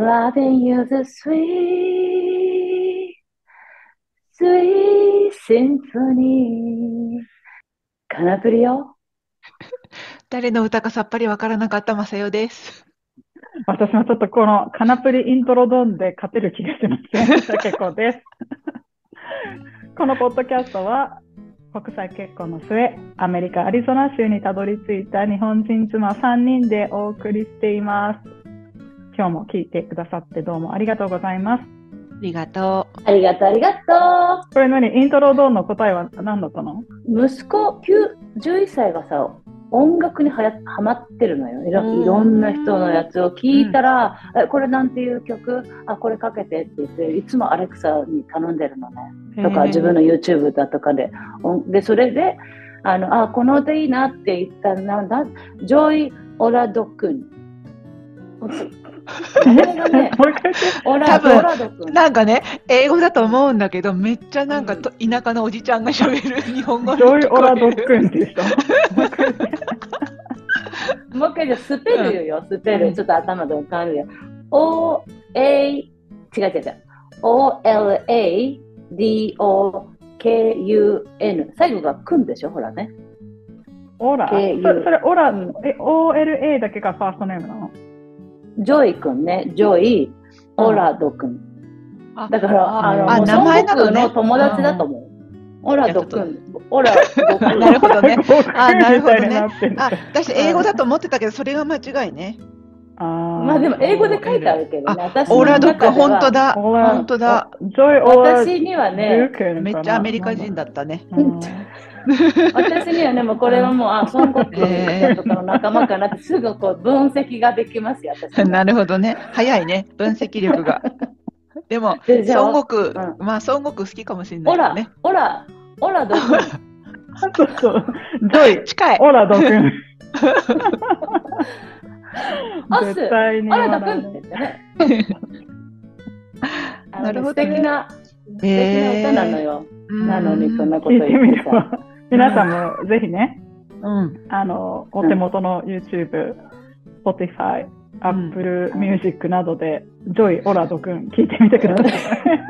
Loving you the sweet, sweet symphony.カナプリよ。 誰の歌かさっぱりわからなかったまさよです。 私もちょっとこのカナプリイントロドンで勝てる気がしません。結構です。このポッドキャストは国際結婚の末、アメリカ・アリゾナ州にたどり着いた日本人妻3人でお送りしています。今日も聞いてくださってどうもありがとうございます。 ありがとう。 ありがとう、ありがとこれ何？イントロドンの答えは何だったの？ う。息子、11歳がさ、音楽にハマってるのよ。いろんな人のやつを聞いたら、これなんていう曲？これかけてって言って、いつもアレクサに頼んでるのね。とか、自分の YouTube だとかで。で、それで、この歌いいなって言ったら、なんだ、ジョイ・オラド君。これがね、オラド君。 なんかね、英語だと思うんだけど、めっちゃなんか田舎のおじちゃんが喋る日本語ジョイ・オラド君っていう人。 もう一回じゃスペルよ、スペル。ちょっと頭で浮かんでるよ。O-A、違う。O-L-A-D-O-K-U-N。最後がくんでしょ、ほらね。 オラ？それオラ、O-L-A だけがファーストネームなの？ ジョイくんね、ジョイ、オラドくん。だから、 名前なのね。 の友達だと思う。オラドくん。オラドくん。 なるほどね。なるほどね。私、英語だと思ってたけど、それが間違いね。 まあでも、英語で書いてあるけどね。 オラドくん、本当だ。本当だ。 私にはね、 めっちゃアメリカ人だったね。 私にはね、もうこれはもう、孫悟空とかの仲間かなってすぐこう分析ができますよ、私。 なるほどね。早いね、分析力が。でも、孫悟空、まあ孫悟空好きかもしれないね。 オラド君。 ジョイ、 近い。 オラド君。 絶対にオラド君って言ってね。 なるほど。 素敵な歌なのよ。なのにそんなこと言ってさ。 皆さんもぜひね、お手元の YouTube、Spotify、Apple Music などでジョイ・オラド君聞いてみてください。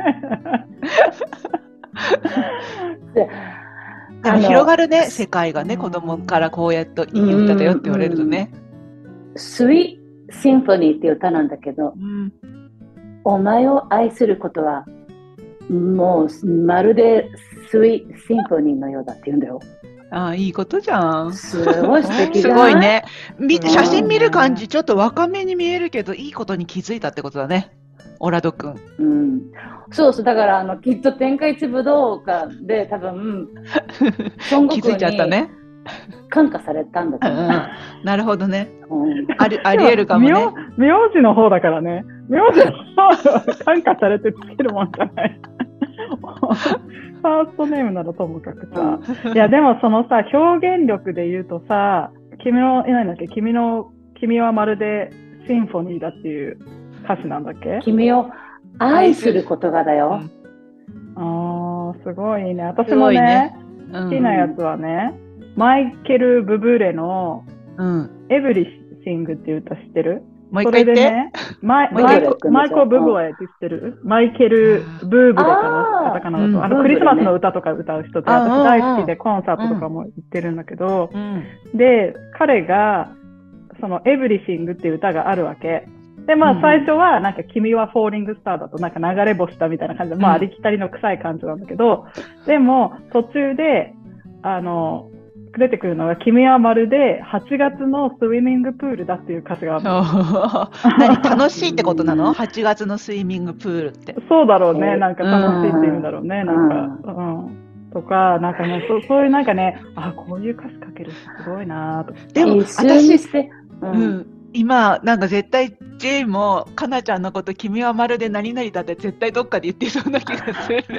でも広がるね、世界がね、子供からこうやっていい歌だよって言われるとね。 スイートシンフォニーっていう歌なんだけど、お前を愛することはもうまるでスイートシンフォニーのようだって言うんだよ。 いいことじゃん。 すごい素敵じゃん。すごいね。写真見る感じ、ちょっと若めに見えるけど、いいことに気づいたってことだね。オラド君。 そうそう、だからきっと天下一武道館で多分、孫悟空に感化されたんだと思う。 なるほどね。あり得るかもね。 名字の方だからね。名字の方感化されてつけるもんじゃない。ファーストネームならともかくさ。いや、でもそのさ、表現力で言うとさ、君はまるでシンフォニーだっていう歌詞なんだっけ？ 君を愛する言葉だよ。 すごいね。私もね、好きなやつはね、マイケル・ブブレのエブリシングっていう歌知ってる？ もう一回言って。ね、 マイケル・ブブレって知ってる？マイケル・ブーブレかな、カタカナだと。クリスマスの歌とか歌う人で、私大好きでコンサートとかも行ってるんだけど、で、彼が、そのエブリシングっていう歌があるわけ。で、まあ最初はなんか君はフォーリングスターだとなんか流れ星だみたいな感じで、まあありきたりの臭い感じなんだけど、でも途中で、出てくるのが君はまるで8月のスイミングプールだっていう歌詞があるの。 何楽しいってことなの？ 8 月のスイミングプールって。 そうだろうね。なんか楽しいって言うんだろうね。なんか、とか、なんかね、そういうなんかね、こういう歌詞書けるすごいなと。 でも私、今なんか絶対 J もかなちゃんのこと君はまるで何々だって絶対どっかで言ってそうな気がする。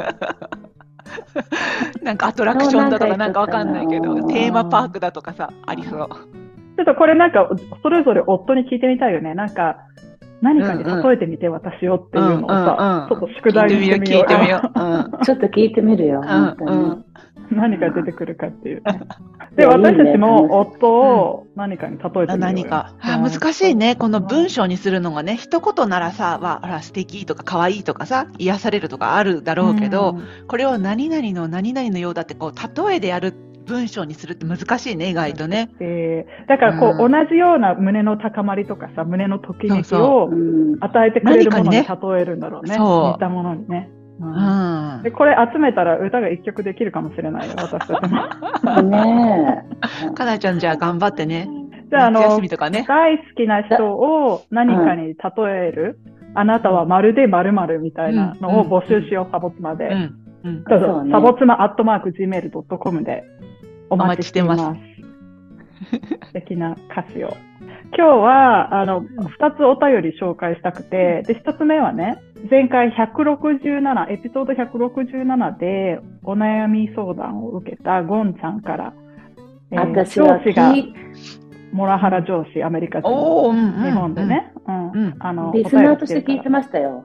なんかアトラクションだとかなんかわかんないけど、テーマパークだとかさ、ありそう。 ちょっとこれなんかそれぞれ夫に聞いてみたいよね。なんか何かに例えてみて私をっていうのをさ、ちょっと宿題にしてみよう。 ちょっと聞いてみるよ。 何が出てくるかっていうね。で、私たちも夫を何かに例えてみようよ。 何か。難しいね。この文章にするのがね、一言ならさ、あら、素敵とか可愛いとかさ、癒されるとかあるだろうけど、これを何々の何々のようだって、こう、例えでやる文章にするって難しいね、意外とね。 だからこう、同じような胸の高まりとかさ、胸のときめきを与えてくれるものに例えるんだろうね。似たものにね。でこれ集めたら歌が一曲できるかもしれないよ、私たちも。 ねえ。かなちゃんじゃあ頑張ってね。 じゃあ大好きな人を何かに例える、あなたはまるで〇〇みたいなのを募集しよう、サボツマで。サボツマ@gmail.com でお待ちしています。素敵な歌詞を。今日は2つお便り紹介したくて、で1つ目はね、前回167エピソード167でお悩み相談を受けたゴンちゃんから、上司がモラハラ上司、アメリカ人、日本でね、 リスナーとして聞いてましたよ。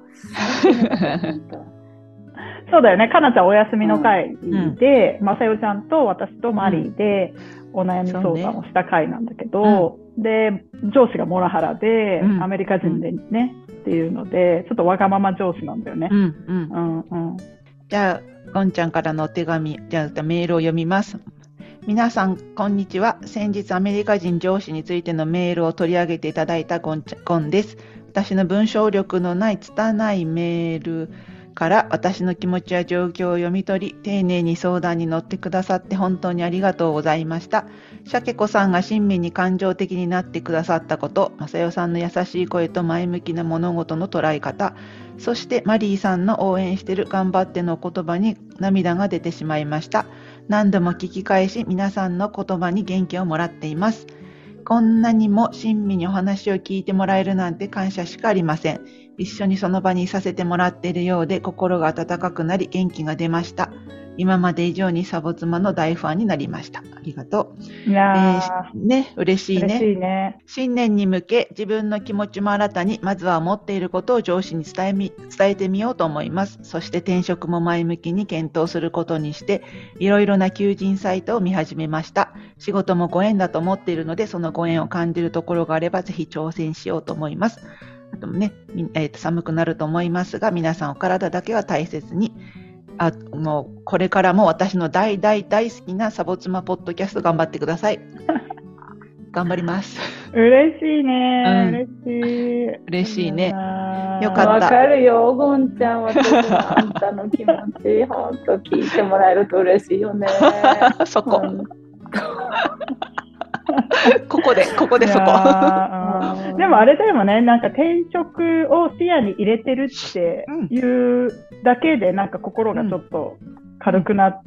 そうだよね。かなちゃんお休みの会で、まさよちゃんと私とマリーでお悩み相談をした会なんだけど、で、上司がモラハラで、アメリカ人でね、っていうので、ちょっとわがまま上司なんだよね。 じゃあ、ゴンちゃんからのお手紙、じゃあメールを読みます。皆さん、こんにちは。先日アメリカ人上司についてのメールを取り上げていただいたゴンです。私の文章力のない拙いメールから私の気持ちや状況を読み取り、丁寧に相談に乗ってくださって本当にありがとうございました。シャケ子さんが親身に感情的になってくださったこと、まさよさんの優しい声と前向きな物事の捉え方、そしてマリーさんの応援している頑張っての言葉に涙が出てしまいました。何度も聞き返し、皆さんの言葉に元気をもらっています。こんなにも親身にお話を聞いてもらえるなんて感謝しかありません。一緒にその場にいさせてもらっているようで心が温かくなり元気が出ました。今まで以上にサボ妻の大ファンになりました。ありがとう。 いやね、嬉しいね。 嬉しいね。 新年に向け自分の気持ちも新たにまずは思っていることを上司に伝えてみようと思います。そして転職も前向きに検討することにしていろいろな求人サイトを見始めました。仕事もご縁だと思っているのでそのご縁を感じるところがあればぜひ挑戦しようと思います。あともね、寒くなると思いますが皆さんお体だけは大切にもうこれからも私の大好きなサボ妻ポッドキャスト頑張ってください。頑張ります。 嬉しいね、 嬉しいね。よかった。 わかるよ、ゴンちゃん。私はあんたの気持ち、本当聞いてもらえると嬉しいよね。 そこ。ここでそこ。 でもあれだよね、なんか転職を視野に入れてるっていうだけでなんか心がちょっと軽くなって、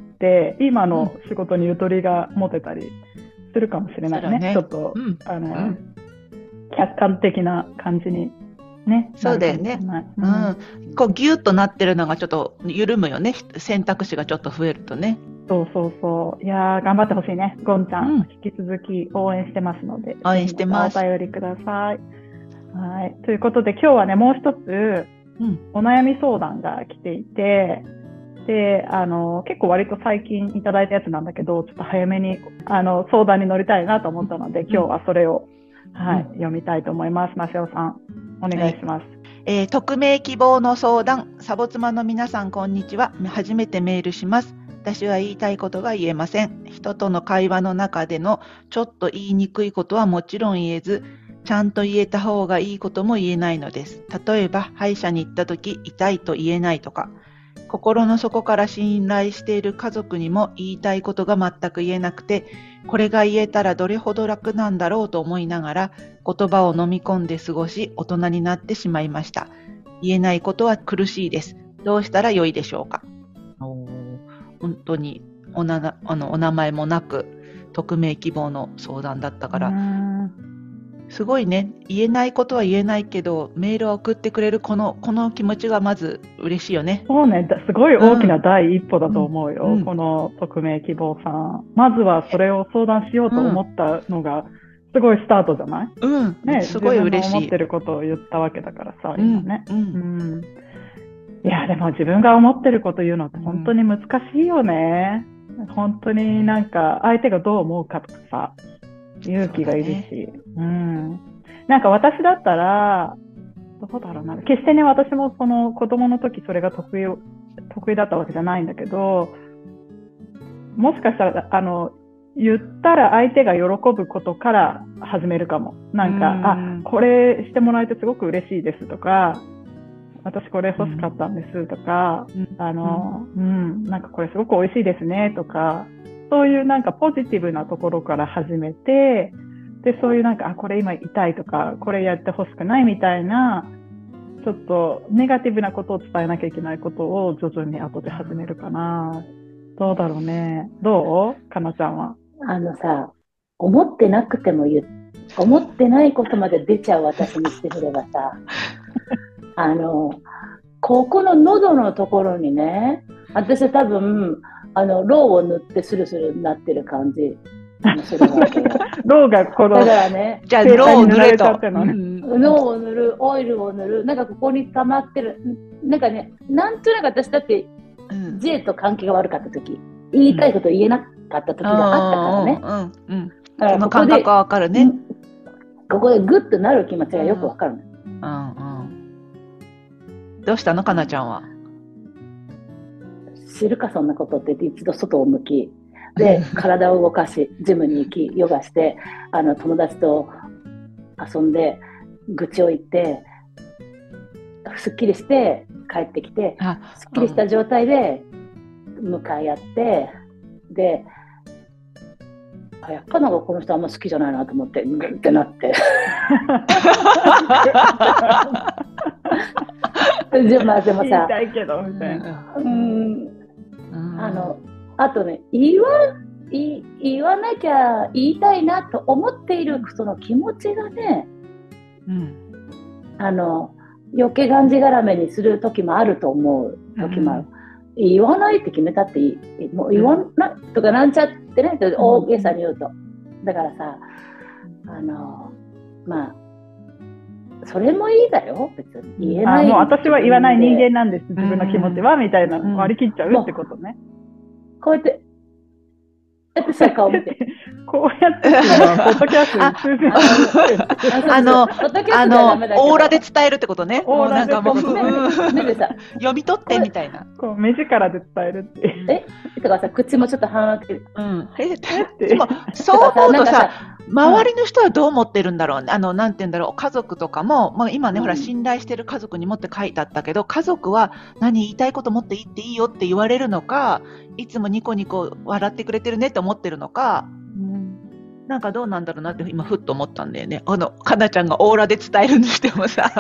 今の仕事にゆとりが持てたりするかもしれないね。ちょっと、客観的な感じにね。 そうだよね。こうギュッとなってるのがちょっと緩むよね。選択肢がちょっと増えるとね。 そう。いやー、頑張ってほしいね。ゴンちゃん、引き続き応援してますので。 応援してます。 お便りください。はい。ということで、今日はね、もう一つ、お悩み相談が来ていて、で、結構割と最近いただいたやつなんだけど、ちょっと早めに、相談に乗りたいなと思ったので、今日はそれを、読みたいと思います。マシオさん、お願いします。 匿名希望の相談、サボ妻の皆さん、こんにちは。初めてメールします。私は言いたいことが言えません。人との会話の中でのちょっと言いにくいことはもちろん言えず、ちゃんと言えた方がいいことも言えないのです。例えば、歯医者に行った時、痛いと言えないとか、心の底から信頼している家族にも言いたいことが全く言えなくて、これが言えたらどれほど楽なんだろうと思いながら、言葉を飲み込んで過ごし、大人になってしまいました。言えないことは苦しいです。どうしたらよいでしょうか。本当にお名前もなく匿名希望の相談だったから、すごいね。言えないことは言えないけどメールを送ってくれるこの気持ちがまず嬉しいよね。 そうね、すごい大きな第一歩だと思うよ、この匿名希望さん。まずはそれを相談しようと思ったのがすごいスタートじゃない？ね、 すごい嬉しい。 自分の思ってることを言ったわけだからさ、今ね。いや、でも自分が思ってること言うのって本当に難しいよね。 本当になんか相手がどう思うかとかさ、勇気がいるし、なんか私だったら、どうだろうな、決してね、私もその子供の時それが得意だったわけじゃないんだけど、もしかしたら言ったら相手が喜ぶことから始めるかも。なんか、これしてもらえてすごく嬉しいですとか、私これ欲しかったんですとか、なんかこれすごく美味しいですねとか、そういうなんかポジティブなところから始めて、で、そういうなんか、これ今痛いとか、これやってほしくないみたいな、ちょっとネガティブなことを伝えなきゃいけないことを徐々に後で始めるかな。どうだろうね。どう？かなちゃんは。 さ、思ってなくても思ってないことまで出ちゃう私にしてみればさ、ここの喉のところにね、私多分、ローを塗ってスルスルになってる感じ。 ローがこの、 だからね、 じゃあローを塗れと。 ローを塗る、オイルを塗る、なんかここに溜まってる、なんかね、なんとなく私だって、J と関係が悪かった時、言いたいこと言えなかった時があったからね。 その感覚はわかるね。 ここでグッとなる気持ちがよくわかる。 どうしたのかなちゃんは。 知るかそんなことって一度外を向き、で体を動かし、ジムに行き、ヨガして、友達と遊んで、愚痴を言って、すっきりして帰ってきて、すっきりした状態で向かい合って、で、やっぱなんかこの人あんま好きじゃないなと思って、グンってなって。でもさ、 言いたいけどみたいな。 あとね、言わなきゃ言いたいなと思っているその気持ちがね、余計がんじがらめにする時もあると思う時もある。言わないって決めたっていい。もう言わないとかなんちゃってね、大げさに言うと。だからさ、まあ、それもいいだよ、別に。言えない。 もう私は言わない人間なんです、自分の気持ちは、みたいな割り切っちゃうってことね。こうやって、 さ、顔見て。 こうやって、ポッドキャスト通じる。 オーラで伝えるってことね。 オーラで目でさ、 読み取ってみたいな。 こう目力で伝えるっていう。 だからさ、口もちょっと半開ける。 でも、そう思うとさ、周りの人はどう思ってるんだろうね。なんて言うんだろう、家族とかも、今ね、ほら、信頼してる家族にもって書いてあったけど、家族は言いたいこと持って言っていいよって言われるのか、いつもニコニコ笑ってくれてるねって思ってるのか、なんかどうなんだろうなって今ふっと思ったんだよね。かなちゃんがオーラで伝えるにしてもさ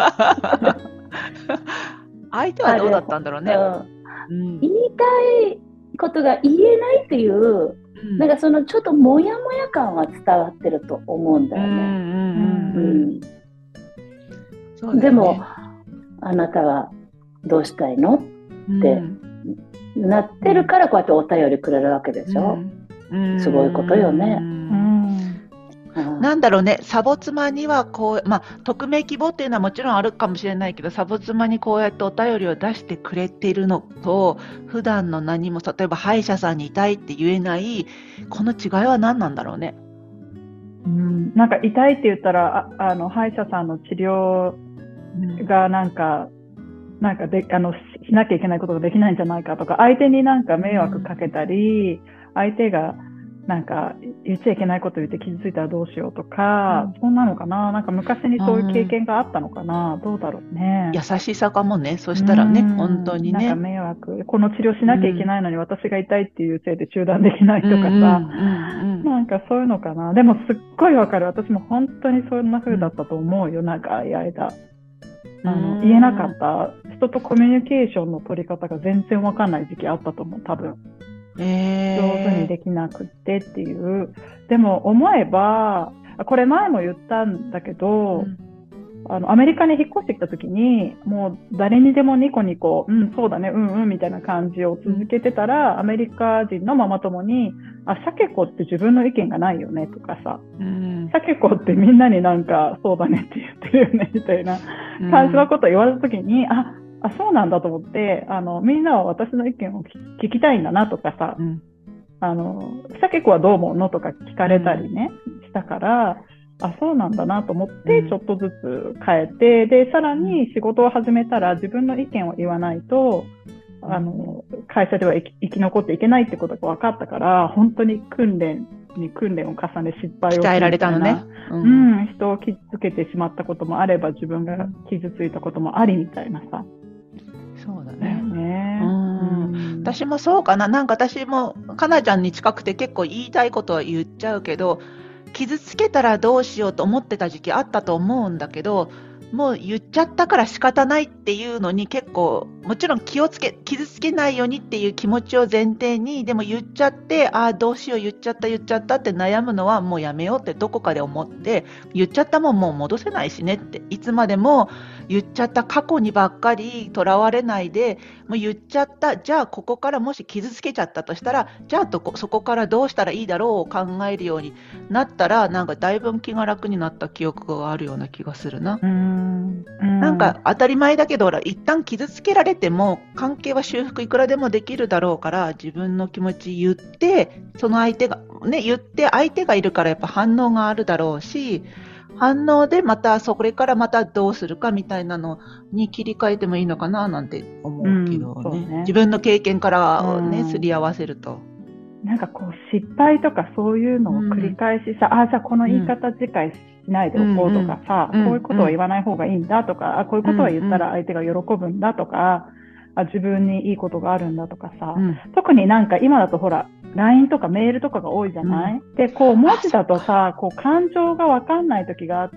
相手はどうだったんだろうね。 言いたいことが言えないっていう、なんかそのちょっとモヤモヤ感は伝わってると思うんだよね。でもあなたはどうしたいのってなってるからこうやってお便りくれるわけでしょ。すごいことよね。 なんだろうね、サボ妻には匿名希望っていうのはもちろんあるかもしれないけど、サボ妻にこうやってお便りを出してくれているのと、普段の何も、例えば歯医者さんにいたいって言えない、この違いは何なんだろうね。 なんか痛いって言ったら、歯医者さんの治療がなんかしなきゃいけないことができないんじゃないかとか、相手になんか迷惑かけたり、相手がなんか言っちゃいけないこと言って傷ついたらどうしようとか、そんなのかな。なんか昔にそういう経験があったのかな。どうだろうね。 優しさかもね。そしたらね、本当にね。 なんか迷惑、この治療しなきゃいけないのに私が痛いっていうせいで中断できないとかさ、なんかそういうのかな。でもすっごいわかる。私も本当にそんな風だったと思うよ。なんか間言えなかった。人とコミュニケーションの取り方が全然わかんない時期あったと思う、多分。上手にできなくってっていう。でも思えば、これ前も言ったんだけど、アメリカに引っ越してきた時に、もう誰にでもニコニコ、そうだね、みたいな感じを続けてたら、アメリカ人のママ友に、シャケ子って自分の意見がないよねとかさ、シャケ子ってみんなになんかそうだねって言ってるよねみたいな感じのことを言われた時に、そうなんだと思って、みんなは私の意見を聞きたいんだなとかさ、 シャケ子はどう思うのとか聞かれたりね、したから、そうなんだなと思って、ちょっとずつ変えて、で、さらに仕事を始めたら自分の意見を言わないと、会社では生き残っていけないってことが分かったから、本当に訓練に訓練を重ね失敗を鍛えられたのね。 人を傷つけてしまったこともあれば、自分が傷ついたこともありみたいなさ。 そうだね。私もそうかな。なんか私もかなちゃんに近くて結構言いたいことは言っちゃうけど、傷つけたらどうしようと思ってた時期あったと思うんだけど、もう言っちゃったから仕方ないっていうのに結構、もちろん傷つけないようにっていう気持ちを前提に、でも言っちゃって、どうしよう言っちゃったって悩むのはもうやめようってどこかで思って、言っちゃったもんもう戻せないしねって、いつまでも言っちゃった過去にばっかりとらわれないで、もう言っちゃった、じゃあここからもし傷つけちゃったとしたら、じゃあそこからどうしたらいいだろうを考えるようになったら、なんかだいぶ気が楽になった記憶があるような気がするな。なんか当たり前だけど、一旦傷つけられても関係は修復いくらでもできるだろうから、自分の気持ち言って、その相手がね、言って相手がいるからやっぱ反応があるだろうし、反応でまたそれからまたどうするかみたいなのに切り替えてもいいのかななんて思うけどね。自分の経験からね、すり合わせると。 なんかこう失敗とかそういうのを繰り返しさ、じゃあこの言い方次回しないでおこうとかさ、こういうことは言わない方がいいんだとか、こういうことは言ったら相手が喜ぶんだとか、自分にいいことがあるんだとかさ、特になんか今だとほら LINE とかメールとかが多いじゃない、でこう文字だとさ、こう感情が分かんない時があって、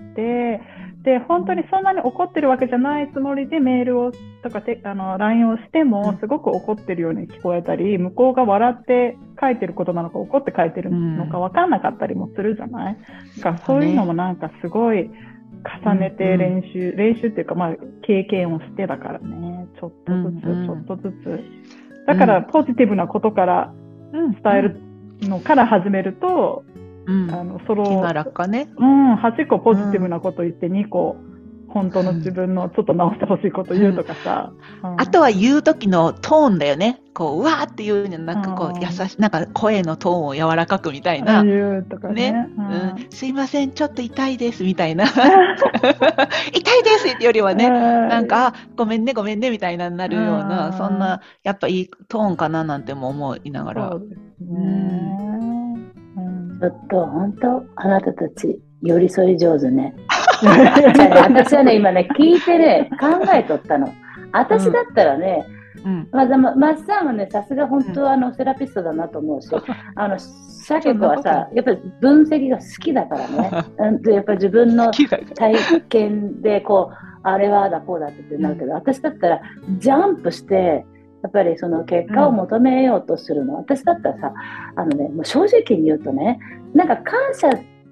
で本当にそんなに怒ってるわけじゃないつもりでメールをとかLINE をしてもすごく怒ってるように聞こえたり、向こうが笑って書いてることなのか怒って書いてるのか分かんなかったりもするじゃない、だからそういうのもなんかすごい重ねて練習っていうか、経験をしてだからね、ちょっとずつだからポジティブなことから伝えるのから始めると、その気が楽かね。 8個ポジティブなこと言って2個本当の自分のちょっと直してほしいこと言うとかさ、 あとは言う時のトーンだよね。こううわーっていうのなんかこう優しい、なんか声のトーンを柔らかくみたいな。 言うとかね。 すいませんちょっと痛いですみたいな痛いですってよりはね、なんかごめんねみたいなになるような、そんなやっぱいいトーンかななんても思いながら。 そうですね。 ちょっと本当あなたたち寄り添い上手ね。私はね今ね聞いてね考えとったの。私だったらね、マッサンはねさすが本当セラピストだなと思うし、シャケ子はさやっぱり分析が好きだからねやっぱり自分の体験でこうあれはだこうだってなるけど、私だったらジャンプしてやっぱりその結果を求めようとするの。私だったらさもう正直に言うとね、なんか感謝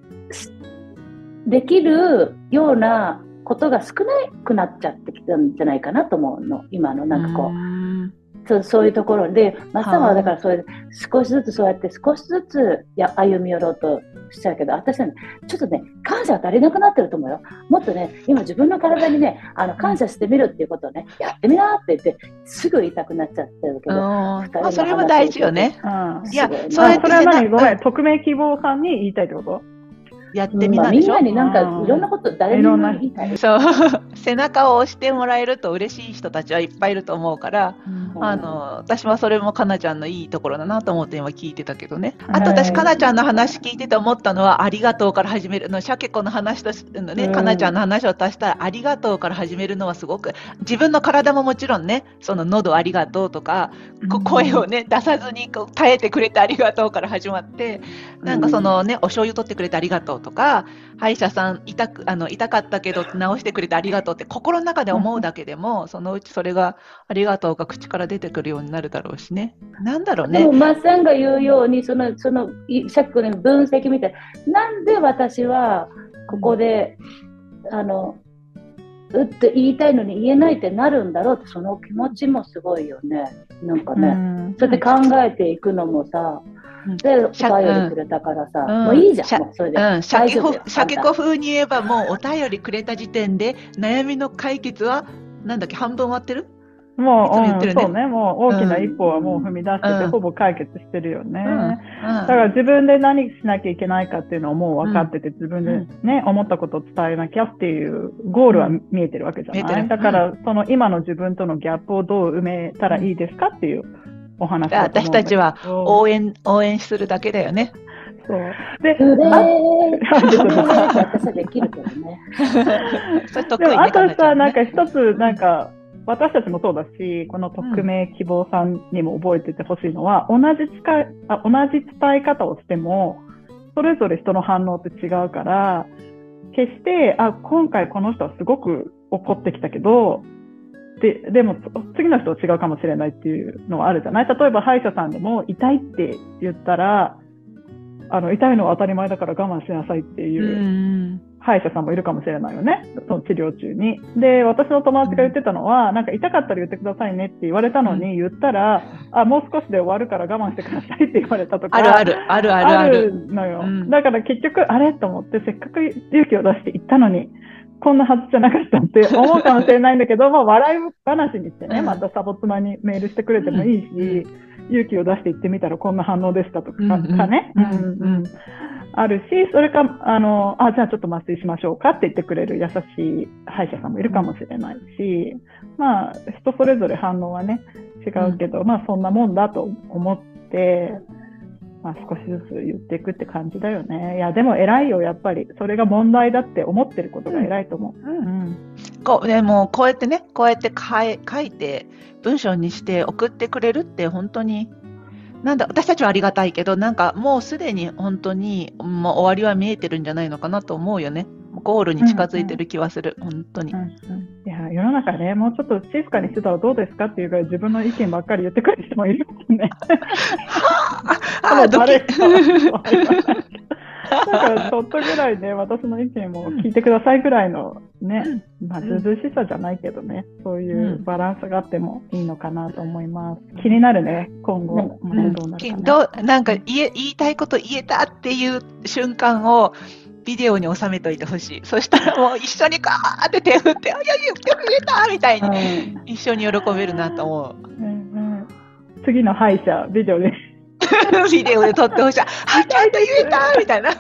できるようなことが少なくなっちゃってきたんじゃないかなと思うの、今のなんかこうそういうところで、マッサンはだからそれで少しずつそうやって少しずつ歩み寄ろうとしちゃうけど、私はねちょっとね感謝が足りなくなってると思うよ。もっとね今自分の体にね感謝してみるっていうことをねやってみなって言ってすぐ言いたくなっちゃってるけど、 それも大事よね。 いやそれは何、ごめん、匿名希望さんに言いたいってこと？ やってみたでしょ。 みんなになんかいろんなこと誰にも言いたい。 そう背中を押してもらえると嬉しい人たちはいっぱいいると思うから、私はそれもかなちゃんのいいところだなと思って今聞いてたけどね。あと私かなちゃんの話聞いてて思ったのは、ありがとうから始めるの、シャケ子の話とね、かなちゃんの話を足したらありがとうから始めるのはすごく、自分の体ももちろんね、その喉ありがとうとか、声をね出さずにこう耐えてくれてありがとうから始まって、なんかそのねお醤油取ってくれてありがとうとか、歯医者さん痛かったけど治してくれてありがとうって心の中で思うだけでも、そのうちそれがありがとうが口から出てくるようになるだろうしね。なんだろうね。 でもマッサンが言うようにそのシャックの分析みたいな、なんで私はここでって言いたいのに言えないってなるんだろうって、その気持ちもすごいよね。なんかね、そうやって考えていくのもさ、で、お便りくれたからさ、もういいじゃん、もうそれで。 シャケ子風に言えば、もうお便りくれた時点で、悩みの解決は、なんだっけ、半分終わってる？ もう、 いつも言ってるね。 そうね、もう大きな一歩はもう踏み出してて、ほぼ解決してるよね。だから自分で何しなきゃいけないかっていうのはもう分かってて、自分でね、思ったことを伝えなきゃっていうゴールは見えてるわけじゃない。だから、その今の自分とのギャップをどう埋めたらいいですかっていうお話だと思うんだけど。 私たちは応援するだけだよね。 そう。で、 私はできるけどね。 でもあとさ、なんか一つ、なんか、私たちもそうだし、この匿名希望さんにも覚えててほしいのは、同じ伝え方をしても、それぞれ人の反応って違うから、決して、今回この人はすごく怒ってきたけど、でも次の人は違うかもしれないっていうのはあるじゃない。例えば歯医者さんでも痛いって言ったら、痛いのは当たり前だから我慢しなさいっていう歯医者さんもいるかもしれないよね、その治療中に。で、私の友達が言ってたのは、なんか痛かったら言ってくださいねって言われたのに、言ったら、もう少しで終わるから我慢してくださいって言われたとか。あるのよ。だから結局、あれと思って、せっかく勇気を出して言ったのに、こんなはずじゃなかったって思うかもしれないんだけど、笑い話にしてね、またサボ妻にメールしてくれてもいいし、勇気を出して言ってみたらこんな反応でしたとかね、あるし、それか、じゃあちょっと麻酔しましょうかって言ってくれる優しい歯医者さんもいるかもしれないし、人それぞれ反応はね、違うけど、そんなもんだと思って、少しずつ言っていくって感じだよね。いや、でも偉いよ、やっぱり。それが問題だって思ってることが偉いと思う。 でもこうやって書いて文章にして送ってくれるって本当に私たちはありがたいけど、なんかもうすでに本当にもう終わりは見えてるんじゃないのかなと思うよね。ゴールに近づいてる気はする、本当に。 いや、世の中ね、もうちょっと静かにしてたらどうですかっていうぐらい自分の意見ばっかり言ってくる人もいるもんね。だからちょっとぐらいね、私の意見も聞いてくださいぐらいのね、ずうずうしさじゃないけどね、そういうバランスがあってもいいのかなと思います。気になるね、今後、どうなるかね。 なんか言いたいこと言えたっていう瞬間をビデオに収めといてほしい。そしたらもう一緒にガーって手振って、言えたみたいに、一緒に喜べるなと思う。 次の歯医者、ビデオで。 ビデオで撮ってほしい。ちゃんと言えたみたいな。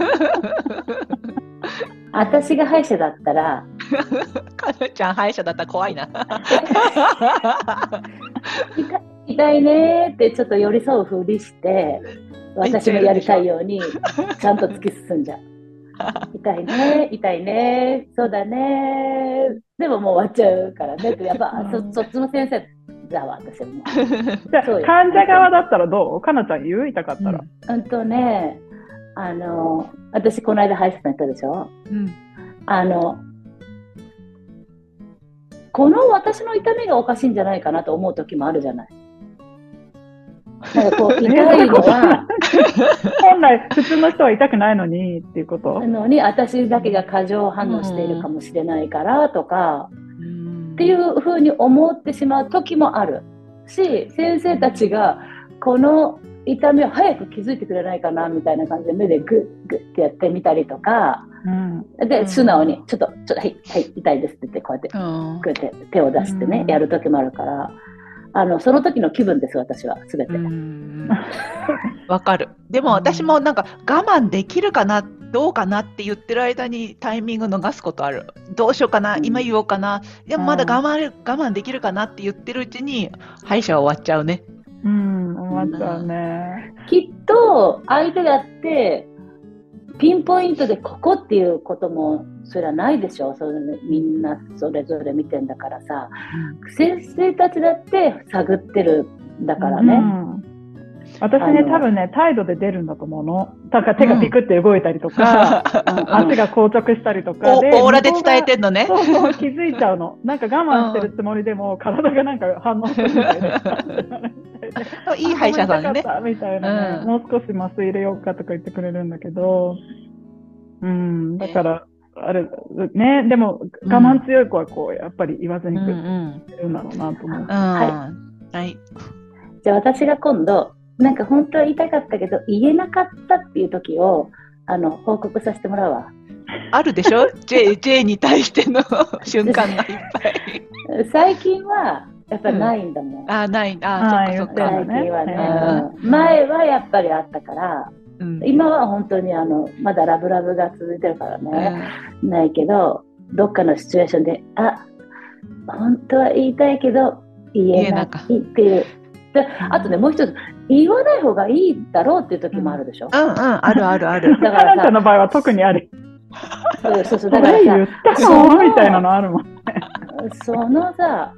私が歯医者だったら、 かなちゃん歯医者だったら怖いな。 痛いねーってちょっと寄り添うふりして、私もやりたいようにちゃんと突き進んじゃう。痛いね、そうだね。でももう終わっちゃうからね。やっぱそっちの先生だわ、私も。 患者側だったらどう？かなちゃん言う？痛かったら。 私この間歯医者さん行ったでしょ。この私の痛みがおかしいんじゃないかなと思う時もあるじゃない。なんかこう痛いのは本来普通の人は痛くないのにっていうこと私だけが過剰反応しているかもしれないからとかっていうふうに思ってしまう時もあるし、先生たちがこの痛みを早く気づいてくれないかなみたいな感じで目でグッグッってやってみたりとか、で素直にちょっとはい痛いですって言ってこうやってグッて手を出してね、やる時もあるから。その時の気分です、私は、すべて。 わかる。でも私もなんか我慢できるかな、どうかなって言ってる間にタイミング逃すことある。どうしようかな、今言おうかな。でもまだ我慢できるかなって言ってるうちに歯医者は終わっちゃうね。 終わっちゃうね。 きっと相手だってピンポイントでここっていうこともそれはないでしょ。みんなそれぞれ見てんだからさ、先生たちだって探ってるんだからね。 私ね、多分ね、態度で出るんだと思うの。だから手がピクって動いたりとか、足が硬直したりとかで。 オーラで伝えてんのね。 そう気づいちゃうの。なんか我慢してるつもりでも、体がなんか反応するみたいで。 いい歯医者さんね。 みたいなね。もう少し麻酔入れようかとか言ってくれるんだけど、だから、あれね、でも我慢強い子はこうやっぱり言わずにくるんだろうなと思う。 はい。じゃあ私が今度なんか本当は言いたかったけど言えなかったっていう時を報告させてもらうわ。 あるでしょ？J に対しての瞬間がいっぱい。 最近はやっぱりないんだもん。 ない。そっかそっか。 最近はね。前はやっぱりあったから、今は本当にまだラブラブが続いてるからね。ないけど、どっかのシチュエーションで、本当は言いたいけど、言えないっていう。で、あとね、もう一つ、言わない方がいいだろうっていう時もあるでしょ。 ある。 だからさ、の場合は特にある。 そう、だからさ、 言ったのみたいなのあるもんね。 そのさ、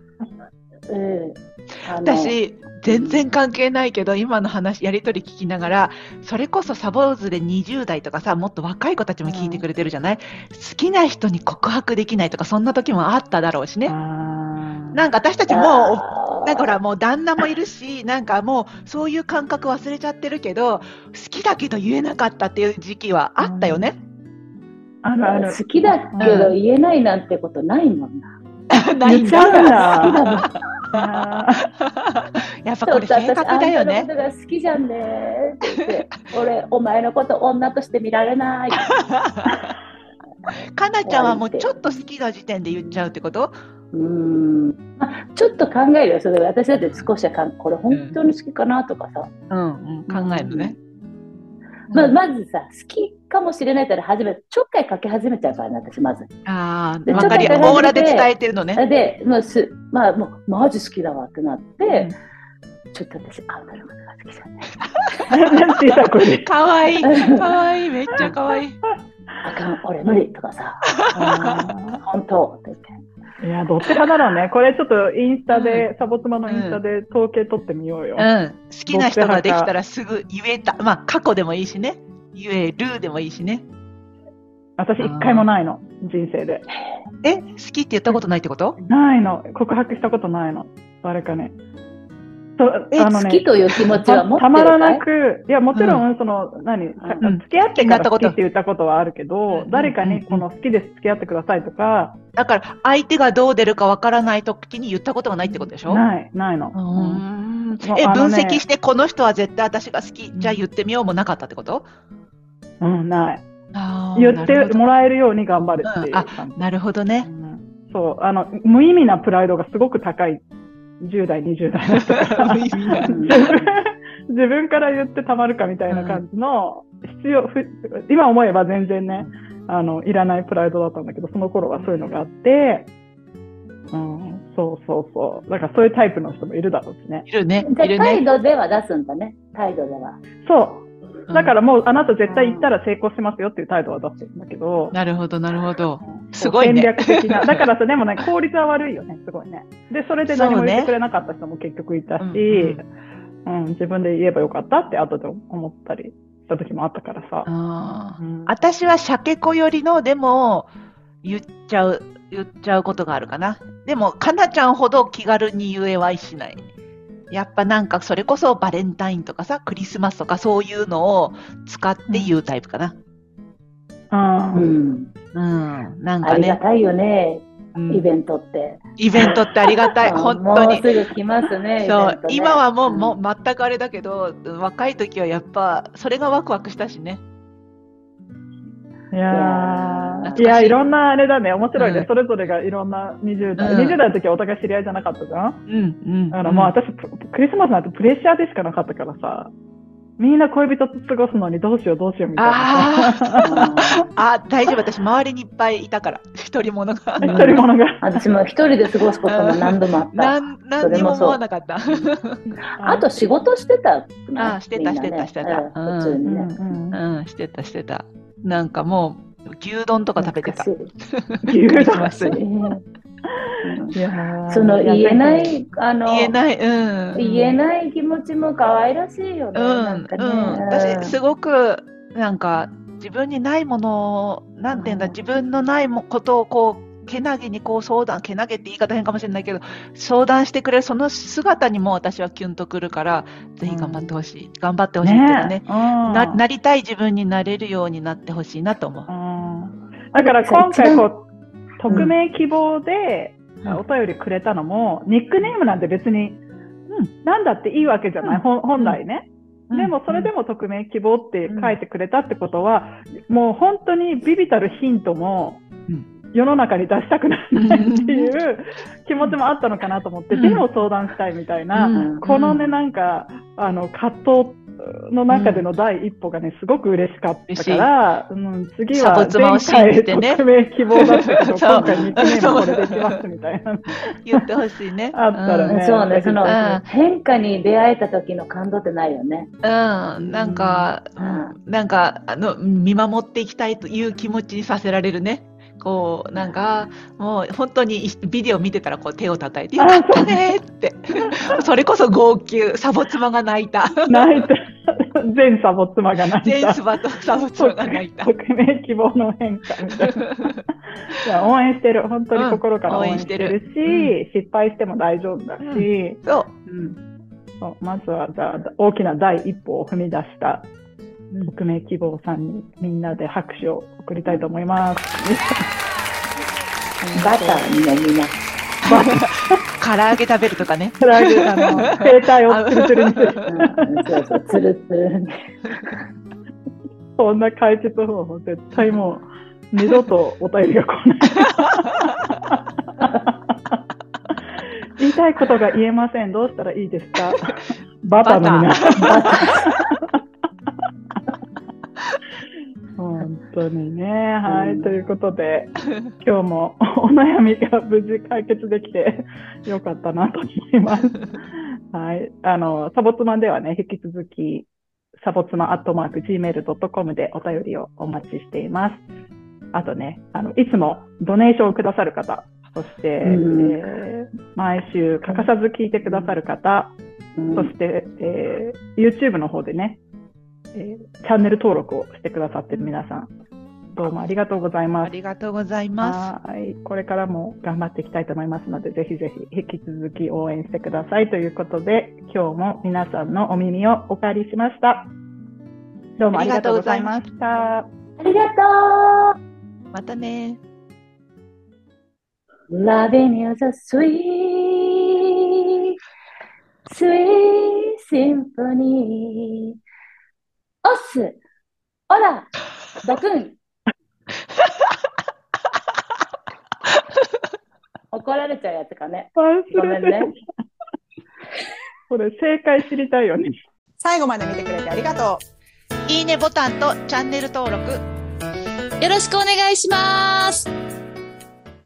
私、全然関係ないけど、今の話、やりとり聞きながら、それこそサボーズで20代とかさ、もっと若い子たちも聞いてくれてるじゃない？好きな人に告白できないとか、そんな時もあっただろうしね。なんか私たちも、だからもう旦那もいるし、なんかもうそういう感覚忘れちゃってるけど、好きだけど言えなかったっていう時期はあったよね。 好きだけど言えないなんてことないもんな。 ないんだ。 やっぱこれ性格だよね。あんたのことが好きじゃんねって言って、俺お前のこと女として見られない。 かなちゃんはもうちょっと好きな時点で言っちゃうってこと？ ちょっと考えるよ。それ私だって少しはこれ本当に好きかなとかさ。 考えるね。 まずさ、好きかもしれないからちょっかいかけ始めちゃうからね、私まず。 わかるよ。オーラで伝えてるのね。 で、もうマジ好きだわってなって、ちょっと私、あんたのことが好きじゃんね。 なんて言ったこれ。 かわいい、めっちゃかわいい。 あかん、俺無理とかさ、本当って言って。 いや、どっち派だろうね。これちょっとインスタで、サボ妻のインスタで統計取ってみようよ。 好きな人ができたらすぐ言えた。過去でもいいしね。言えるでもいいしね。 私一回もないの、人生で。 好きって言ったことないってこと？ ないの。告白したことないの。誰かね。 好きという気持ちは持ってるかい？たまらなく、いや、もちろん、付き合ってから好きって言ったことはあるけど、誰かに好きです、付き合ってくださいとか。 だから、相手がどう出るかわからないときに言ったことがないってことでしょ？ ないの。 分析して、この人は絶対私が好き、じゃあ言ってみようもなかったってこと？ ない。言ってもらえるように頑張るっていう感じ。 なるほどね。 そう、無意味なプライドがすごく高い。10代、20代の人が自分から言ってたまるかみたいな感じの今思えば全然ね、いらないプライドだったんだけど、その頃はそういうのがあって、そう。だからそういうタイプの人もいるだろうしね。 いるね。 態度では出すんだね。態度では。 そう。だからもうあなた絶対行ったら成功しますよっていう態度は出してるんだけど。 なるほど。すごいね。 戦略的な。だからさ、でもね、効率は悪いよね、すごいね。で、それで何も言ってくれなかった人も結局いたし、自分で言えばよかったって後で思ったりした時もあったからさ。 私はシャケ子よりの、でも、言っちゃうことがあるかな。でも、かなちゃんほど気軽に言えはしない。やっぱなんかそれこそバレンタインとかさ、クリスマスとかそういうのを使って言うタイプかな。なんかね。 ありがたいよね、イベントって。 イベントってありがたい、本当に。 もうすぐ来ますね。 そう、今はもう全くあれだけど、若い時はやっぱそれがワクワクしたしね。 いやいろんなあれだね、面白いね、それぞれがいろんな20代の時はお互い知り合いじゃなかったじゃん。だからもう私クリスマスなんてプレッシャーでしかなかったからさ、みんな恋人と過ごすのにどうしようみたいな。 大丈夫、私周りにいっぱいいたから一人者が。 私も一人で過ごすことも何度もあった。 何にも思わなかった。 あと仕事してた。 してた。 普通にね。 してた。なんかもう牛丼とか食べてた。 牛丼言えない言えない気持ちも可愛らしいよね。 私すごくなんか自分にないものをなんていうんだ、自分のないことをこうけなげにこうけなげって言い方変かもしれないけど、相談してくれるその姿にも私はキュンとくるから、ぜひ頑張ってほしい。頑張ってほしいっていうかね、なりたい自分になれるようになってほしいなと思う。 だから今回匿名希望でお便りくれたのも、ニックネームなんて別になんだっていいわけじゃない、本来ね。でもそれでも匿名希望って書いてくれたってことは、もう本当にビビたるヒントも世の中に出したくないっていう気持ちもあったのかなと思って、でも相談したいみたいな、このね、なんか、葛藤の中での第一歩がね、すごく嬉しかったから、次は前回匿名希望だったけど、今回ニックネームこれでいきますみたいな。 言ってほしいね。 あったらね。 そうね、その変化に出会えた時の感動ってないよね。 なんか、見守っていきたいという気持ちにさせられるね。こう、なんか、もう本当にビデオ見てたらこう手を叩いて、よかったねって。それこそ号泣、サボ妻が泣いた。 泣いた。全サボ妻が泣いた。 全サボ妻が泣いた。 匿名希望の変化みたいな。いや、応援してる。本当に心から応援してるし、失敗しても大丈夫だし、そう、まずは、じゃあ、大きな第一歩を踏み出した、匿名希望さんにみんなで拍手を送りたいと思います。 バターに飲みます。 唐揚げ食べるとかね。 唐揚げ、携帯をツルツルにする。 そうそう、ツルツルに。 そんな解決方法、絶対もう、二度とお便りが来ない。言いたいことが言えません。どうしたらいいですか？バターの皆さん。本当にね。はい。ということで、今日もお悩みが無事解決できてよかったなと思います。はい。サボ妻ではね、引き続き、サボ妻@gmail.com でお便りをお待ちしています。あとね、いつもドネーションをくださる方、そして、毎週欠かさず聞いてくださる方、そして、YouTube の方でね、チャンネル登録をしてくださっている皆さん、どうもありがとうございます。 ありがとうございます。 はい。これからも頑張っていきたいと思いますので、ぜひぜひ引き続き応援してくださいということで、今日も皆さんのお耳をお借りしました。どうもありがとうございました。 ありがとう。 またね。 Loving is a sweet, sweet symphony. オス、オラ、ドクン。怒られちゃうやつかね。ごめんね。 これ正解知りたいよね。 最後まで見てくれてありがとう。いいねボタンとチャンネル登録。 よろしくお願いします。